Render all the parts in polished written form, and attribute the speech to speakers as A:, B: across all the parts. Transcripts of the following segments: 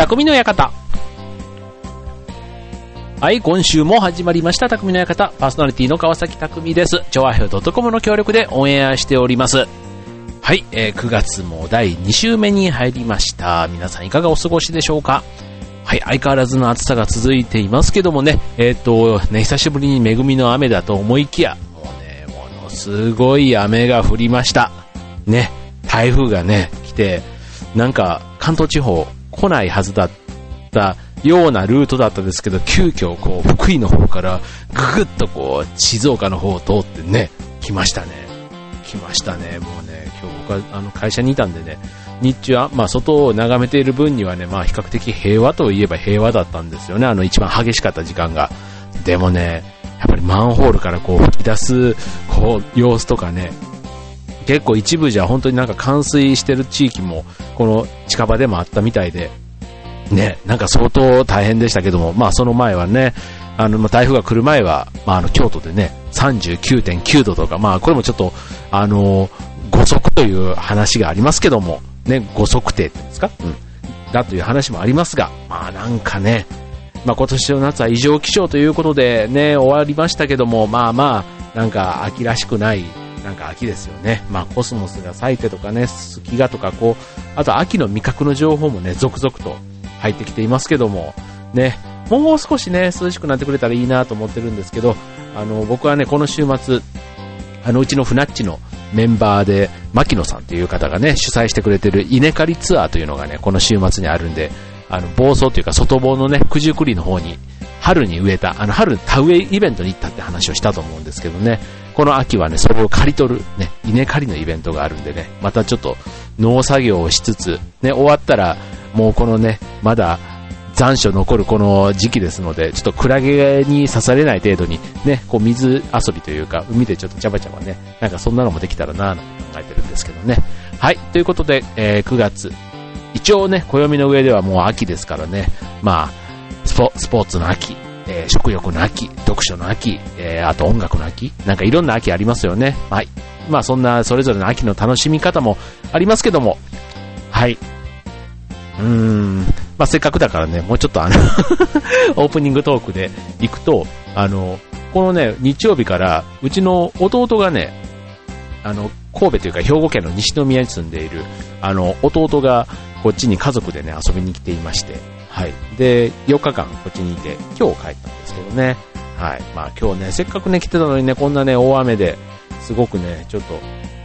A: 匠の館。はい、今週も始まりました匠の館。パーソナリティの川崎匠です。調和表 .com の協力でオンエアしております。はい、9月も第2週目に入りました。皆さんいかがお過ごしでしょうか。はい、相変わらずの暑さが続いていますけどもね、久しぶりに恵みの雨だと思いきや、もうね、ものすごい雨が降りました。ね、台風がね、来て、なんか関東地方来ないはずだったようなルートだったんですけど、急遽こう福井の方からぐぐっとこう静岡の方を通ってね、来ましたね。もうね、今日僕は会社にいたんでね、日中は外を眺めている分にはね、比較的平和といえば平和だったんですよね。一番激しかった時間が。でもね、やっぱりマンホールからこう吹き出すこう様子とかね、結構一部じゃ本当になんか冠水してる地域もこの近場でもあったみたいでね、なんか相当大変でしたけども、その前はね、台風が来る前は、京都でね 39.9 度とか、これもちょっと誤測という話がありますけどもね、誤測定って言うんですか、だという話もありますが、なんかね、今年の夏は異常気象ということでね、終わりましたけども、なんか秋らしくない、なんか秋ですよね。コスモスが咲いてとかね、スキがとかこう、あと秋の味覚の情報もね、続々と入ってきていますけども、ね、もう少しね、涼しくなってくれたらいいなと思ってるんですけど、僕はね、この週末、うちのフナッチのメンバーで、牧野さんという方がね、主催してくれてる稲刈りツアーというのがね、この週末にあるんで、房総というか外房のね、九十九里の方に、春に植えた、春田植えイベントに行ったって話をしたと思うんですけどね、この秋はね、それを刈り取る、ね、稲刈りのイベントがあるんでね、またちょっと農作業をしつつ、ね、終わったら、もうこのね、まだ残暑残るこの時期ですので、ちょっとクラゲに刺されない程度にね、こう水遊びというか、海でちょっとジャバジャバね、なんかそんなのもできたらなぁなんて考えてるんですけどね。はい、ということで、9月、一応ね、暦の上ではもう秋ですからね、スポーツの秋、食欲の秋、読書の秋、あと音楽の秋、なんかいろんな秋ありますよね。はい。そんなそれぞれの秋の楽しみ方もありますけども、はい。せっかくだからね、もうちょっとオープニングトークで行くと、このね、日曜日からうちの弟がね、神戸というか兵庫県の西宮に住んでいる弟がこっちに家族でね遊びに来ていまして、はい。で、4日間こっちにいて、今日帰ったんですけどね。はい。今日ね、せっかくね来てたのにね、こんなね、大雨ですごくね、ちょっと、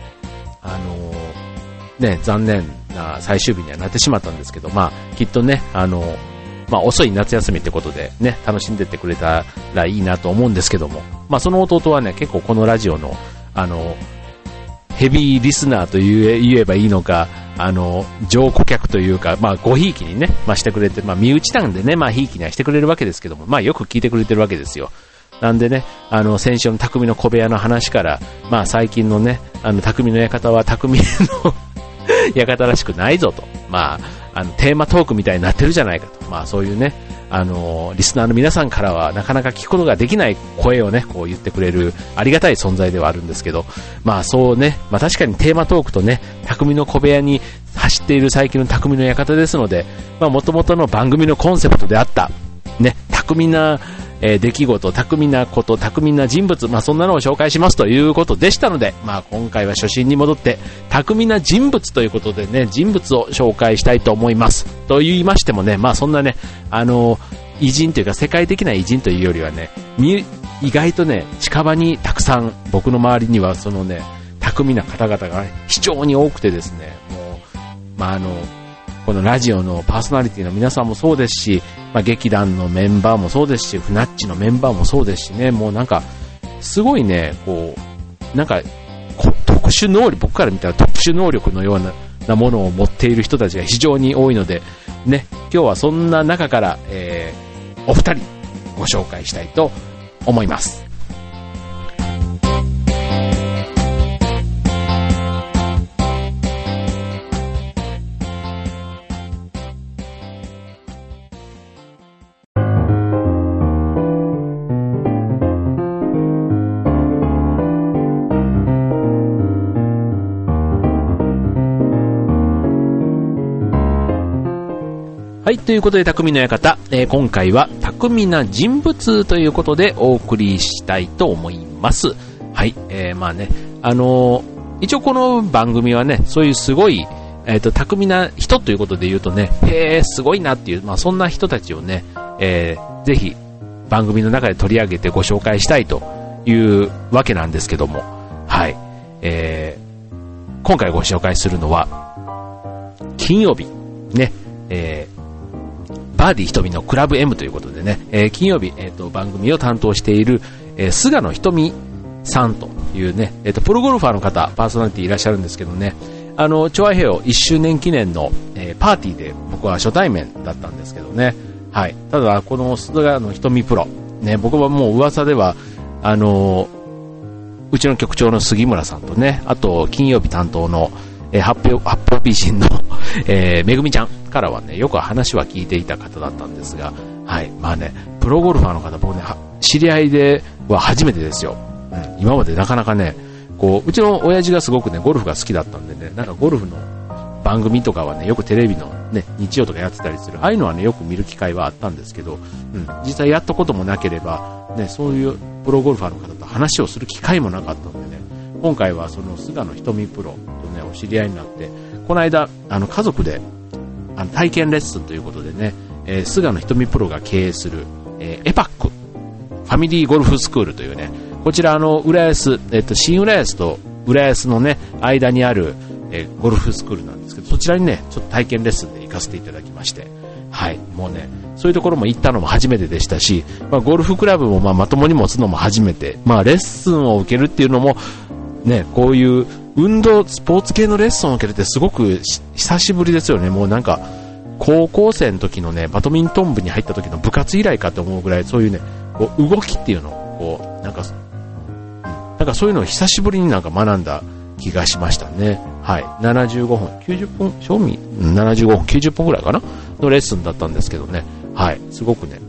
A: ね、残念な最終日にはなってしまったんですけど、きっとね、遅い夏休みってことでね、楽しんでってくれたらいいなと思うんですけども、その弟はね、結構このラジオの、ヘビーリスナーと言えばいいのか、上顧客というか、ごひいきにね、してくれて、身内なんでね、ひいきにはしてくれるわけですけども、よく聞いてくれてるわけですよ。なんでね、先週の匠の小部屋の話から、最近のね、匠の館は匠の館らしくないぞと、テーマトークみたいになってるじゃないかと、そういうね、リスナーの皆さんからはなかなか聞くことができない声をね、こう言ってくれるありがたい存在ではあるんですけど、そうね、確かにテーマトークとね、匠の小部屋に走っている最近の匠の館ですので、元々の番組のコンセプトであった、ね、巧みな出来事、巧みなこと、巧みな人物、そんなのを紹介しますということでしたので、今回は初心に戻って巧みな人物ということでね、人物を紹介したいと思います。と言いましてもね、そんなね、偉人というか世界的な偉人というよりはね、意外とね、近場にたくさん僕の周りにはそのね、巧みな方々が非常に多くてですね、もうこのラジオのパーソナリティの皆さんもそうですし、劇団のメンバーもそうですし、フナッチのメンバーもそうですしね、もうなんか、すごいね、こう、なんか、特殊能力、僕から見たら特殊能力のようなものを持っている人たちが非常に多いので、ね、今日はそんな中から、お二人ご紹介したいと思います。 はい、ということで、匠の館、今回は巧みな人物ということでお送りしたいと思います。はい、まあね、一応この番組はね、そういうすごい、巧みな人ということで言うとね、すごいなっていう、まあそんな人たちをね、ぜひ番組の中で取り上げてご紹介したいというわけなんですけども、はい、今回ご紹介するのは、金曜日、ね、バーディー瞳のクラブ M ということでね、金曜日、番組を担当している、菅野瞳さんというね、プロゴルファーの方、パーソナリティいらっしゃるんですけどね、調和平和1周年記念の、パーティーで僕は初対面だったんですけどね、はい。ただ、この菅野瞳プロ、ね、僕はもう噂では、うちの局長の杉村さんとね、あと、金曜日担当の、八方美人の、めぐみちゃんからはね、よく話は聞いていた方だったんですが、はい。まあね、プロゴルファーの方、僕ね、知り合いでは初めてですよ。うん。今までなかなかね、こう、うちの親父がすごくね、ゴルフが好きだったんでね、なんかゴルフの番組とかはね、よくテレビのね、日曜とかやってたりする、ああいうのはね、よく見る機会はあったんですけど、うん。実際やったこともなければ、ね、そういうプロゴルファーの方と話をする機会もなかったんでね、今回はその菅野瞳プロとね、お知り合いになって、この間、家族で、体験レッスンということでね、菅野瞳プロが経営する、エパック、ファミリーゴルフスクールというね、こちら浦安、新浦安と浦安のね、間にある、ゴルフスクールなんですけど、そちらにね、ちょっと体験レッスンで行かせていただきまして、はい、もうね、そういうところも行ったのも初めてでしたし、まあ、ゴルフクラブもまともに持つのも初めて、まあ、レッスンを受けるっていうのも、ね、こういう運動、スポーツ系のレッスンを受けるってすごく久しぶりですよね。もうなんか、高校生の時のね、バドミントン部に入った時の部活以来かと思うぐらい、そういうね、こう動きっていうのを、こう、なんかそういうのを久しぶりになんか学んだ気がしましたね。はい。75分、90分、賞味、75分、90分ぐらいかなのレッスンだったんですけどね。はい。すごくね、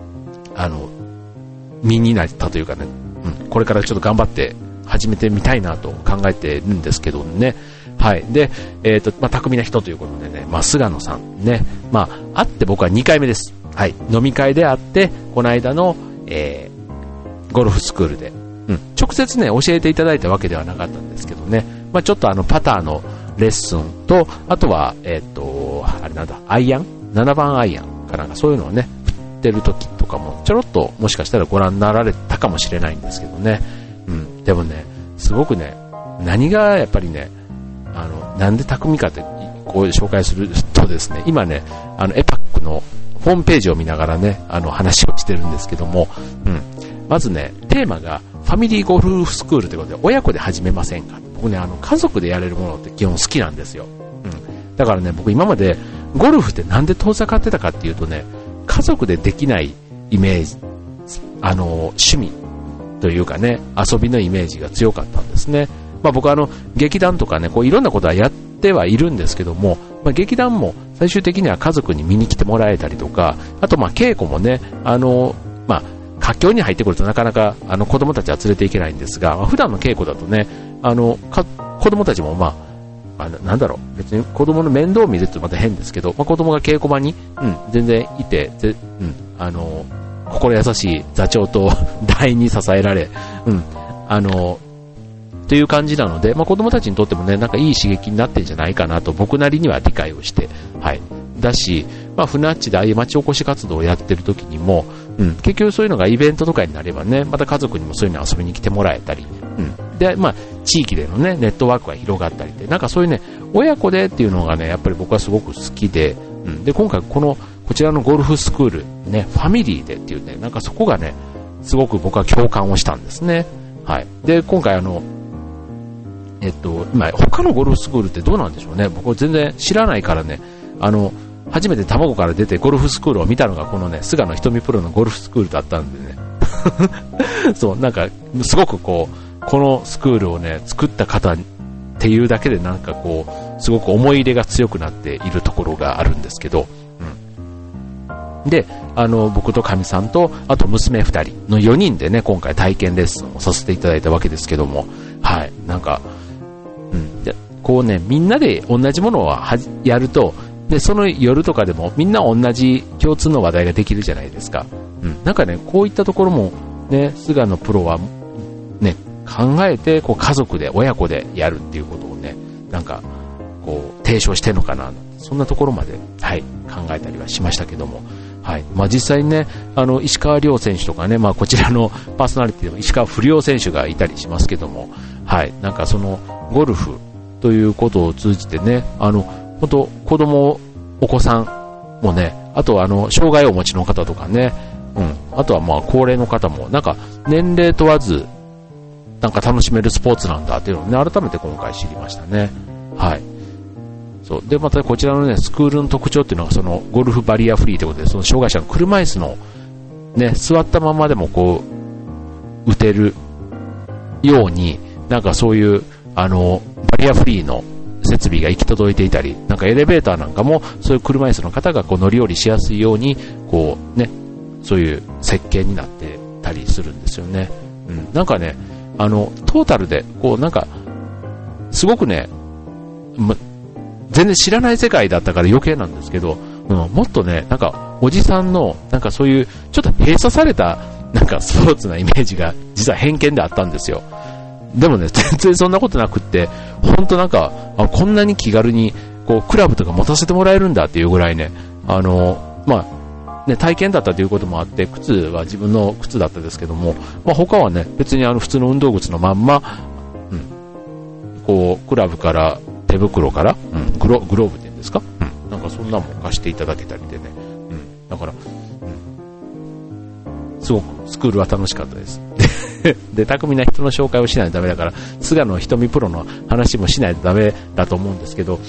A: 身になったというかね、うん、これからちょっと頑張って始めてみたいなと考えてるんですけどね。はい。で、まあ、巧みな人ということでね、まあ、菅野さんね、まあ、会って僕は2回目です。はい。飲み会で会って、この間の、ゴルフスクールで、うん、直接ね、教えていただいたわけではなかったんですけどね、まあ、ちょっとパターのレッスンと、あとは、あれなんだ、アイアン ?7 番アイアンかなんかそういうのをね、振ってる時とかも、ちょろっともしかしたらご覧になられたかもしれないんですけどね、うん、でもね、すごくね、何がやっぱりね、なんで巧みかってこう紹介するとですね、今ね、エパックのホームページを見ながらね、話をしてるんですけども、うん、まずね、テーマがファミリーゴルフスクールということで、親子で始めませんか。僕ね、家族でやれるものって基本好きなんですよ。うん。だからね、僕今までゴルフってなんで遠ざかってたかっていうとね、家族でできないイメージ、趣味というかね、遊びのイメージが強かったんですね。まあ僕劇団とかね、こういろんなことはやってはいるんですけども、まあ劇団も最終的には家族に見に来てもらえたりとか、あとまあ稽古もね、まあ佳境に入ってくるとなかなか子供たちは連れていけないんですが、まあ、普段の稽古だとね、子供たちもまあ、なんだろう、別に子供の面倒を見るってまた変ですけど、まあ、子供が稽古場に、うん、全然いて、うん、心優しい座長と台に支えられ、うん、という感じなので、まあ、子供たちにとってもね、なんかいい刺激になってんじゃないかなと僕なりには理解をして、はい。だし、まあ、船っちでああいう町おこし活動をやってる時にも、うん、結局そういうのがイベントとかになればね、また家族にもそういうの遊びに来てもらえたり、うん。で、まあ、地域でのね、ネットワークが広がったりで、なんかそういうね、親子でっていうのがね、やっぱり僕はすごく好きで、うん。で、今回こちらのゴルフスクール、ね、ファミリーでっていうね、なんかそこがね、すごく僕は共感をしたんですね。はい。で、今回今、他のゴルフスクールってどうなんでしょうね。僕は全然知らないからね、初めて卵から出てゴルフスクールを見たのがこのね、菅野瞳プロのゴルフスクールだったんでね。そう、なんか、すごくこのスクールをね、作った方っていうだけでなんかこう、すごく思い入れが強くなっているところがあるんですけど、うん。で、僕とかみさんと、あと娘2人の4人でね、今回体験レッスンをさせていただいたわけですけども、はい、なんか、うん。でこうね、みんなで同じものをやると、 で、その夜とかでもみんな同じ共通の話題ができるじゃないですか。なんかね、こういったところもね、菅野プロはね、考えて、こう家族で、親子でやるっていうことをね、なんか、こう、提唱してるのかな、そんなところまで、はい、考えたりはしましたけども、はい。まあ実際にね、石川遼選手とかね、まあこちらのパーソナリティでも石川不良選手がいたりしますけども、はい。なんかその、ゴルフということを通じてね、本当子供、お子さんもね、あと障害をお持ちの方とかね、あとはまあ高齢の方も、なんか年齢問わず、なんか楽しめるスポーツなんだっていうのをね、改めて今回知りましたね。はい。そう。で、またこちらのね、スクールの特徴っていうのが、その、ゴルフバリアフリーということで、その障害者の車椅子の、ね、座ったままでもこう、打てるように、なんかそういう、バリアフリーの設備が行き届いていたり、なんかエレベーターなんかも、そういう車椅子の方がこう乗り降りしやすいように、こうね、そういう設計になってたりするんですよね。なんかね、トータルで、こうなんか、すごくね、全然知らない世界だったから余計なんですけど、もっとね、なんか、おじさんの、なんかそういう、ちょっと閉鎖された、なんかスポーツなイメージが、実は偏見であったんですよ。でもね、全然そんなことなくって、ほんとなんか、こんなに気軽に、こう、クラブとか持たせてもらえるんだっていうぐらいね、まあ、ね、体験だったということもあって、靴は自分の靴だったですけども、まあ他はね、別に普通の運動靴のまんま、こう、クラブから、手袋から、グローブって言うんですか、なんかそんなもん貸していただけたりでね、だから、すごくスクールは楽しかったです。で、巧みな人の紹介をしないとダメだから、菅野瞳プロの話もしないとダメだと思うんですけど、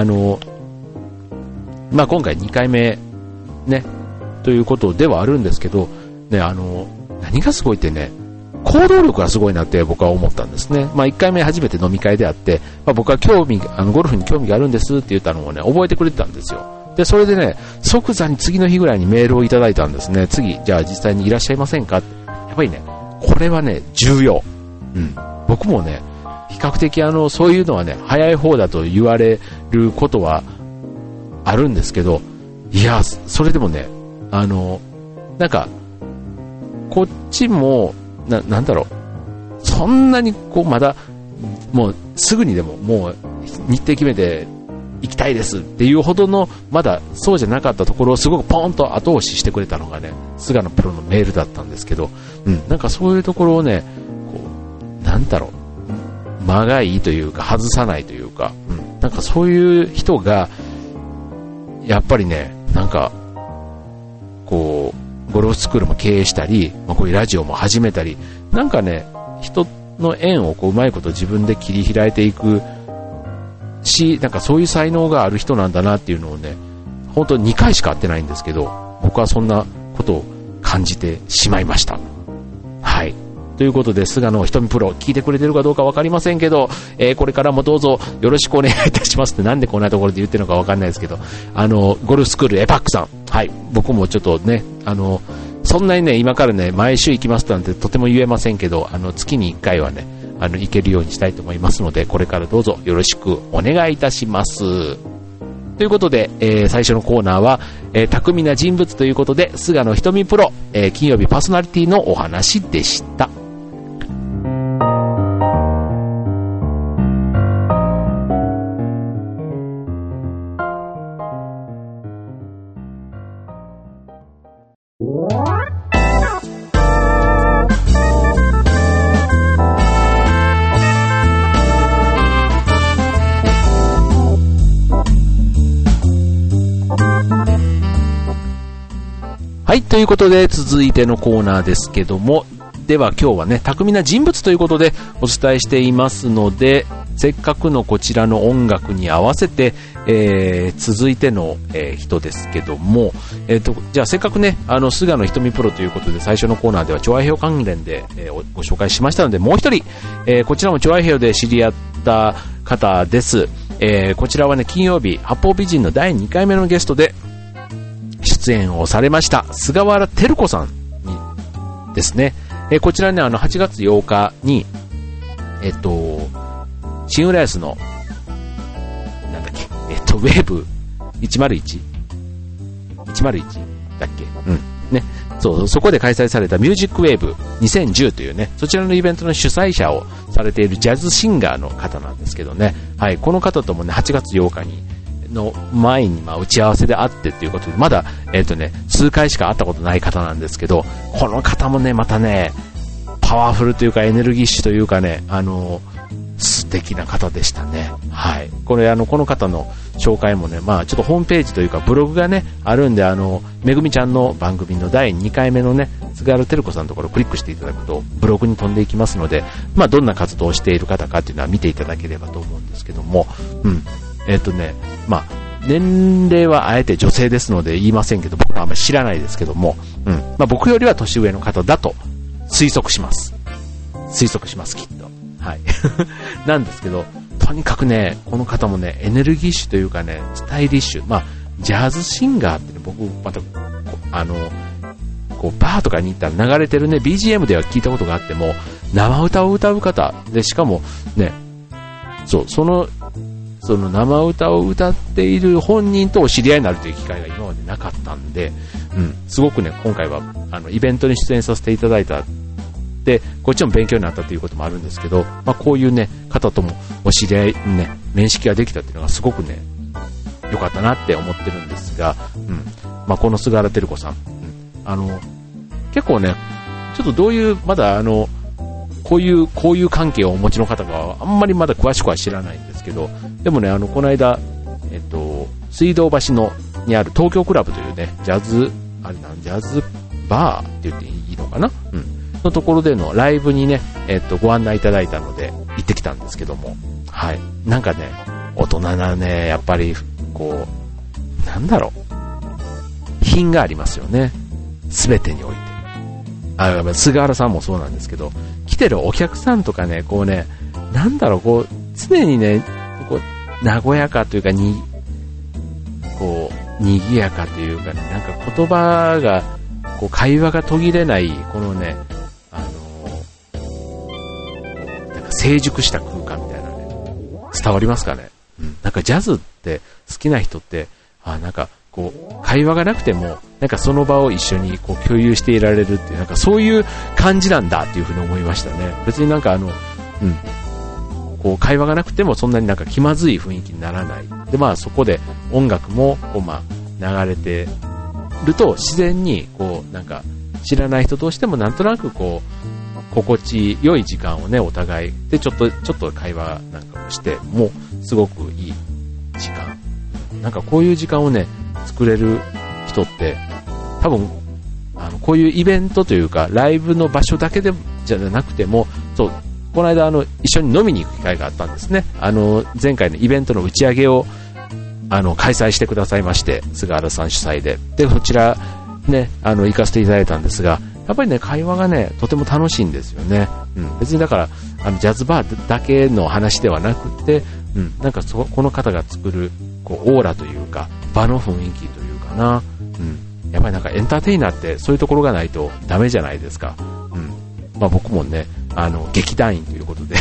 A: まあ今回2回目、ね、ということではあるんですけど、ね、何がすごいってね、行動力がすごいなって僕は思ったんですね。まあ1回目初めて飲み会であって、まあ僕はゴルフに興味があるんですって言ったのをね、覚えてくれてたんですよ。で、それでね、即座に次の日ぐらいにメールをいただいたんですね。次、じゃあ実際にいらっしゃいませんかって。やっぱりね、これはね、重要。僕もね、比較的そういうのはね、早い方だと言われることはあるんですけど、いや、それでもね、なんか、こっちも、なんだろう、そんなにこうまだもうすぐにでももう日程決めて行きたいですっていうほどのまだそうじゃなかったところをすごくポーンと後押ししてくれたのがね、菅野プロのメールだったんですけど、なんかそういうところをね、こうなんだろう、間がいいというか外さないというか、なんかそういう人がやっぱりね、なんかこうゴルフスクールも経営したり、まあ、こういうラジオも始めたり、なんかね、人の縁をこううまいこと自分で切り開いていくし、なんかそういう才能がある人なんだなっていうのをね、本当に2回しか会ってないんですけど、僕はそんなことを感じてしまいました。はい。ということで、菅野瞳プロ、聞いてくれてるかどうかわかりませんけど、これからもどうぞよろしくお願いいたしますってなんでこんなところで言ってるのかわかんないですけど、ゴルフスクールエパックさん、はい、僕もちょっとね、そんなにね、今からね、毎週行きますなんてとても言えませんけど、月に1回はね、行けるようにしたいと思いますので、これからどうぞよろしくお願いいたします。ということで、最初のコーナーは、巧みな人物ということで、菅野瞳プロ、金曜日パーソナリティのお話でした。はい、ということで続いてのコーナーですけども、では今日はね、巧みな人物ということでお伝えしていますので、せっかくのこちらの音楽に合わせて、続いての、人ですけども、じゃあせっかくね、菅野瞳プロということで最初のコーナーではチョアヘヨ関連で、ご紹介しましたので、もう一人、こちらもチョアヘヨで知り合った方です。こちらはね、金曜日八方美人の第2回目のゲストで出演をされました菅原照子さんにですね、こちらね、8月8日に新浦安のなんだっけ、ウェーブ 101だっけ、ね。そう、そこで開催されたミュージックウェーブ2010というね、そちらのイベントの主催者をされているジャズシンガーの方なんですけどね。はい、この方ともね、8月8日の前に打ち合わせで会ってということで、まだ、数回しか会ったことない方なんですけど、この方もね、またね、パワフルというかエネルギッシュというかね、素敵な方でしたね。はい。この方の紹介もね、ちょっとホームページというかブログがね、あるんで、めぐみちゃんの番組の第2回目のね、菅原照子さんのところをクリックしていただくと、ブログに飛んでいきますので、どんな活動をしている方かっていうのは見ていただければと思うんですけども、年齢はあえて女性ですので言いませんけど、僕はあんまり知らないですけども、僕よりは年上の方だと推測します、きっと。はい。なんですけど、とにかくね、この方もね、エネルギッシュというかね、スタイリッシュ。ジャズシンガーってね、僕、また、バーとかに行ったら流れてるね、BGM では聞いたことがあっても、生歌を歌う方で、しかもね、そう、その生歌を歌っている本人とお知り合いになるという機会が今までなかったんで、すごくね、今回は、イベントに出演させていただいたで、こっちも勉強になったということもあるんですけど、こういうね、方ともお知り合いにね、面識ができたっていうのがすごくね、良かったなって思ってるんですが、この菅原照子さん、結構ね、ちょっとどういう、まだこういう関係をお持ちの方があんまりまだ詳しくは知らないんですけど、でもね、この間、水道橋にある東京クラブというね、ジャズバーって言っていいのかな、のところでのライブにね、ご案内いただいたので行ってきたんですけども、はい。なんかね、大人なね、やっぱり、なんだろう、品がありますよね。すべてにおいて。菅原さんもそうなんですけど、来てるお客さんとかね、なんだろう、常にね、和やかというか賑やかというかね、なんか言葉が、会話が途切れない、このね、なんか成熟した空間みたいなね、伝わりますかね。なんかジャズって好きな人って、なんか会話がなくても、なんかその場を一緒に共有していられるっていう、なんかそういう感じなんだっていうふうに思いましたね。別になんか会話がなくてもそんなになんか気まずい雰囲気にならない。で、そこで音楽も流れてると自然になんか知らない人としてもなんとなく心地良い時間をね、お互いでちょっと会話なんかをしてもすごくいい時間。なんかこういう時間をね、作れる人って多分こういうイベントというかライブの場所だけでじゃなくても、そうこの間一緒に飲みに行く機会があったんですね。前回のイベントの打ち上げを開催してくださいまして、菅原さん主催で、こちらね、行かせていただいたんですが、やっぱりね、会話がね、とても楽しいんですよね。別にだからジャズバーだけの話ではなくて、なんかこの方が作るオーラというか場の雰囲気というかな、やっぱりなんかエンターテイナーってそういうところがないとダメじゃないですか。僕もね、劇団員ということで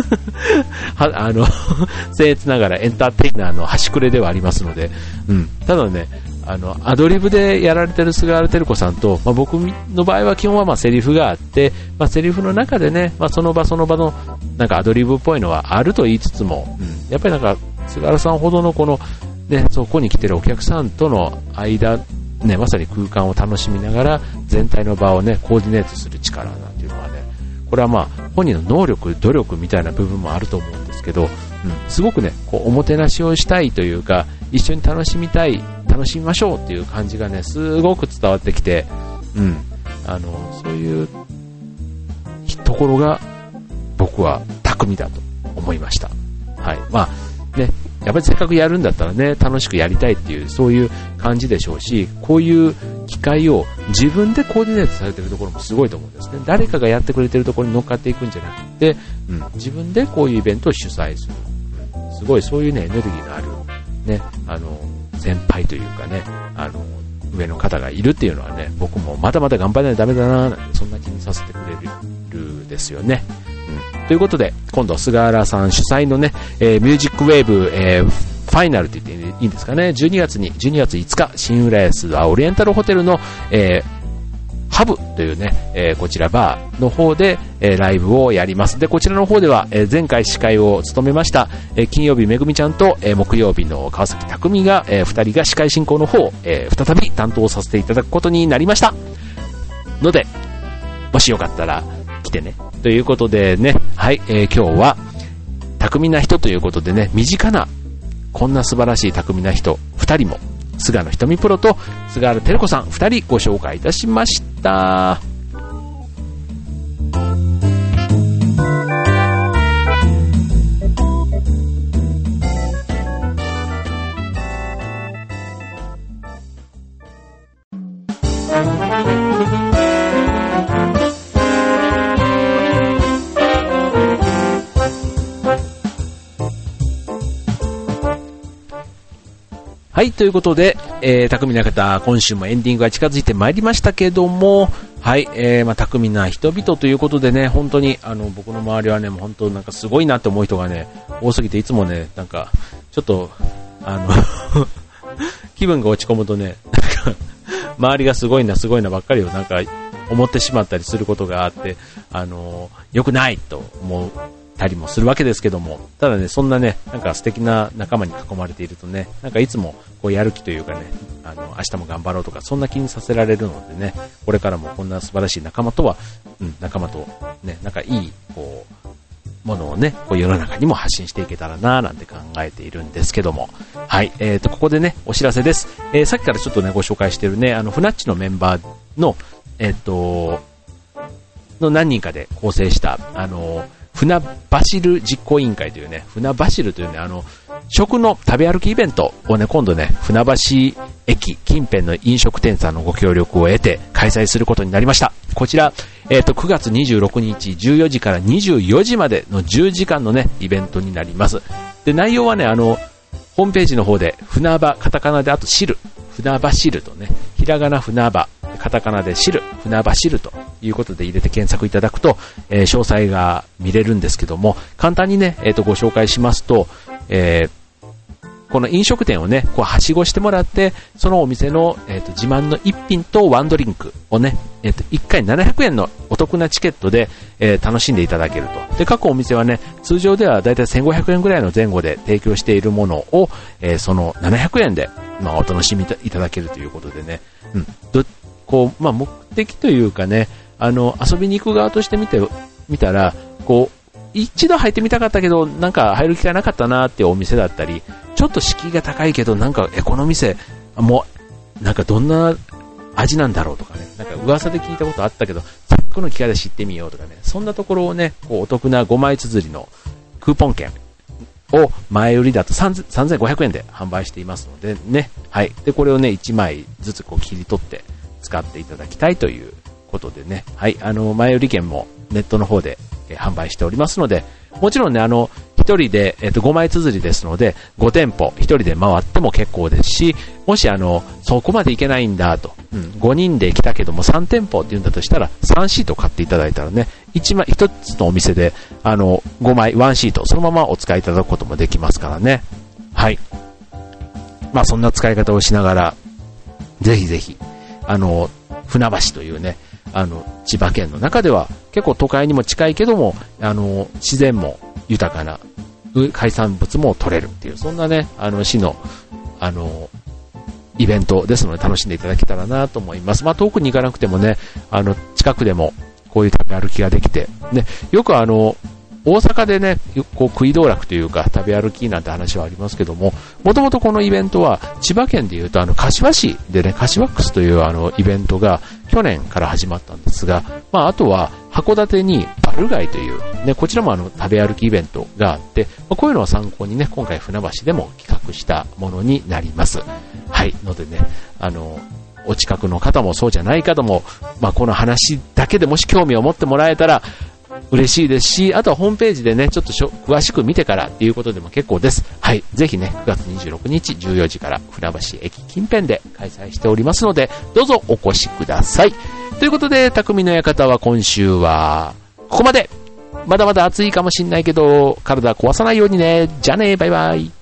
A: 僭越ながらエンターテイナーの端くれではありますので、ただね、アドリブでやられてる菅原照子さんと、僕の場合は基本はセリフがあって、セリフの中でね、その場その場のなんかアドリブっぽいのはあると言いつつも、やっぱりなんか菅原さんほどのね、そこに来てるお客さんとの間、ね、まさに空間を楽しみながら全体の場をね、コーディネートする力なんていうのはね、これは本人の能力、努力みたいな部分もあると思うんですけど、すごくね、おもてなしをしたいというか、一緒に楽しみたい、楽しみましょうっていう感じがね、すごく伝わってきて、そういうところが僕は巧みだと思いました。はい。ね、やっぱりせっかくやるんだったらね、楽しくやりたいっていう、そういう感じでしょうし、こういう機会を自分でコーディネートされているところもすごいと思うんですね。誰かがやってくれているところに乗っかっていくんじゃなくて、自分でこういうイベントを主催する。すごいそういうね、エネルギーのある、ね、先輩というかね、上の方がいるっていうのはね、僕もまだまだ頑張らないとダメだな、なんてそんな気にさせてくれるですよね。 ということで、今度菅原さん主催のね、ミュージックウェーブ、ファイナルって言っていいんですかね、12月5日、新浦安はオリエンタルホテルの、ハブというね、こちらバーの方で、ライブをやります。で、こちらの方では、前回司会を務めました、金曜日めぐみちゃんと、木曜日の川崎匠が、二人が司会進行の方を、再び担当させていただくことになりました。ので、もしよかったら来てね。ということでね、はい、今日は、巧みな人ということでね、身近な、こんな素晴らしい巧みな人、二人も、菅野瞳プロと菅原照子さん二人ご紹介いたしました。はい、ということで、匠な方、今週もエンディングが近づいてまいりましたけども、はい、巧みな人々ということでね、本当に、僕の周りはね、もう本当なんかすごいなって思う人がね、多すぎて、いつもね、なんか、ちょっと、気分が落ち込むとね、なんか、周りがすごいなばっかりをなんか、思ってしまったりすることがあって、良くないと思う。たりもするわけですけども、ただね、そんなね、なんか素敵な仲間に囲まれているとね、なんかいつもこうやる気というかね、明日も頑張ろうとか、そんな気にさせられるのでね、これからもこんな素晴らしい仲間とは、仲間とね、なんかいい、こう、ものをね、こう世の中にも発信していけたらなぁなんて考えているんですけども、はい、ここでね、お知らせです。さっきからちょっとね、ご紹介しているね、フナッチのメンバーの、の何人かで構成した、船走る実行委員会というね、船走るというね、食の食べ歩きイベントをね、今度ね、船橋駅近辺の飲食店さんのご協力を得て開催することになりました。こちら、9月26日14時から24時までの10時間のね、イベントになります。で、内容はね、ホームページの方で、船場、カタカナであと汁、船走るとね、ひらがな船場、カタカナで汁、船走るということで入れて検索いただくと、詳細が見れるんですけども、簡単にね、ご紹介しますと、この飲食店をね、こうはしごしてもらって、そのお店の、自慢の一品とワンドリンクをね、1回700円のお得なチケットで、楽しんでいただけると。で、各お店はね、通常ではだいたい1500円ぐらいの前後で提供しているものを、その700円で、まあ、お楽しみいただけるということでね、こう、まあ、目的というかね、遊びに行く側として見たら、こう、一度入ってみたかったけど、なんか入る機会なかったなっていうお店だったり、ちょっと敷居が高いけど、なんかこの店、もう、なんかどんな味なんだろうとかね、なんか噂で聞いたことあったけど、この機会で知ってみようとかね、そんなところをね、こうお得な5枚綴りのクーポン券を前売りだと3500円で販売していますのでね、はい。で、これをね、1枚ずつこう切り取って使っていただきたいということでね、はい。前売り券もネットの方で販売しておりますので、もちろんね、一人で、5枚綴りですので、5店舗一人で回っても結構ですし、もしそこまでいけないんだと、5人で来たけども3店舗っていうんだとしたら、3シート買っていただいたらね、1つのお店で、5枚、1シート、そのままお使いいただくこともできますからね。はい。まあ、そんな使い方をしながら、ぜひぜひ、船橋というね、千葉県の中では結構都会にも近いけども、自然も豊かな海産物も取れるっていう、そんなね、市の、イベントですので楽しんでいただけたらなと思います。まあ、遠くに行かなくてもね、近くでもこういう食べ歩きができて、ね、よく大阪でね、こう食い道楽というか食べ歩きなんて話はありますけども、もともとこのイベントは千葉県でいうと柏市でね、柏ックスというイベントが去年から始まったんですが、まああとは函館にバルガイというね、こちらも食べ歩きイベントがあって、まあ、こういうのを参考にね、今回船橋でも企画したものになります。はい、のでね、お近くの方もそうじゃない方も、まあこの話だけでもし興味を持ってもらえたら嬉しいですし、あとはホームページでね、ちょっと詳しく見てからっていうことでも結構です。はい。ぜひね、9月26日14時から船橋駅近辺で開催しておりますので、どうぞお越しください。ということで、匠の館は今週はここまで。 まだまだ暑いかもしんないけど、体壊さないようにね。じゃあね、バイバイ。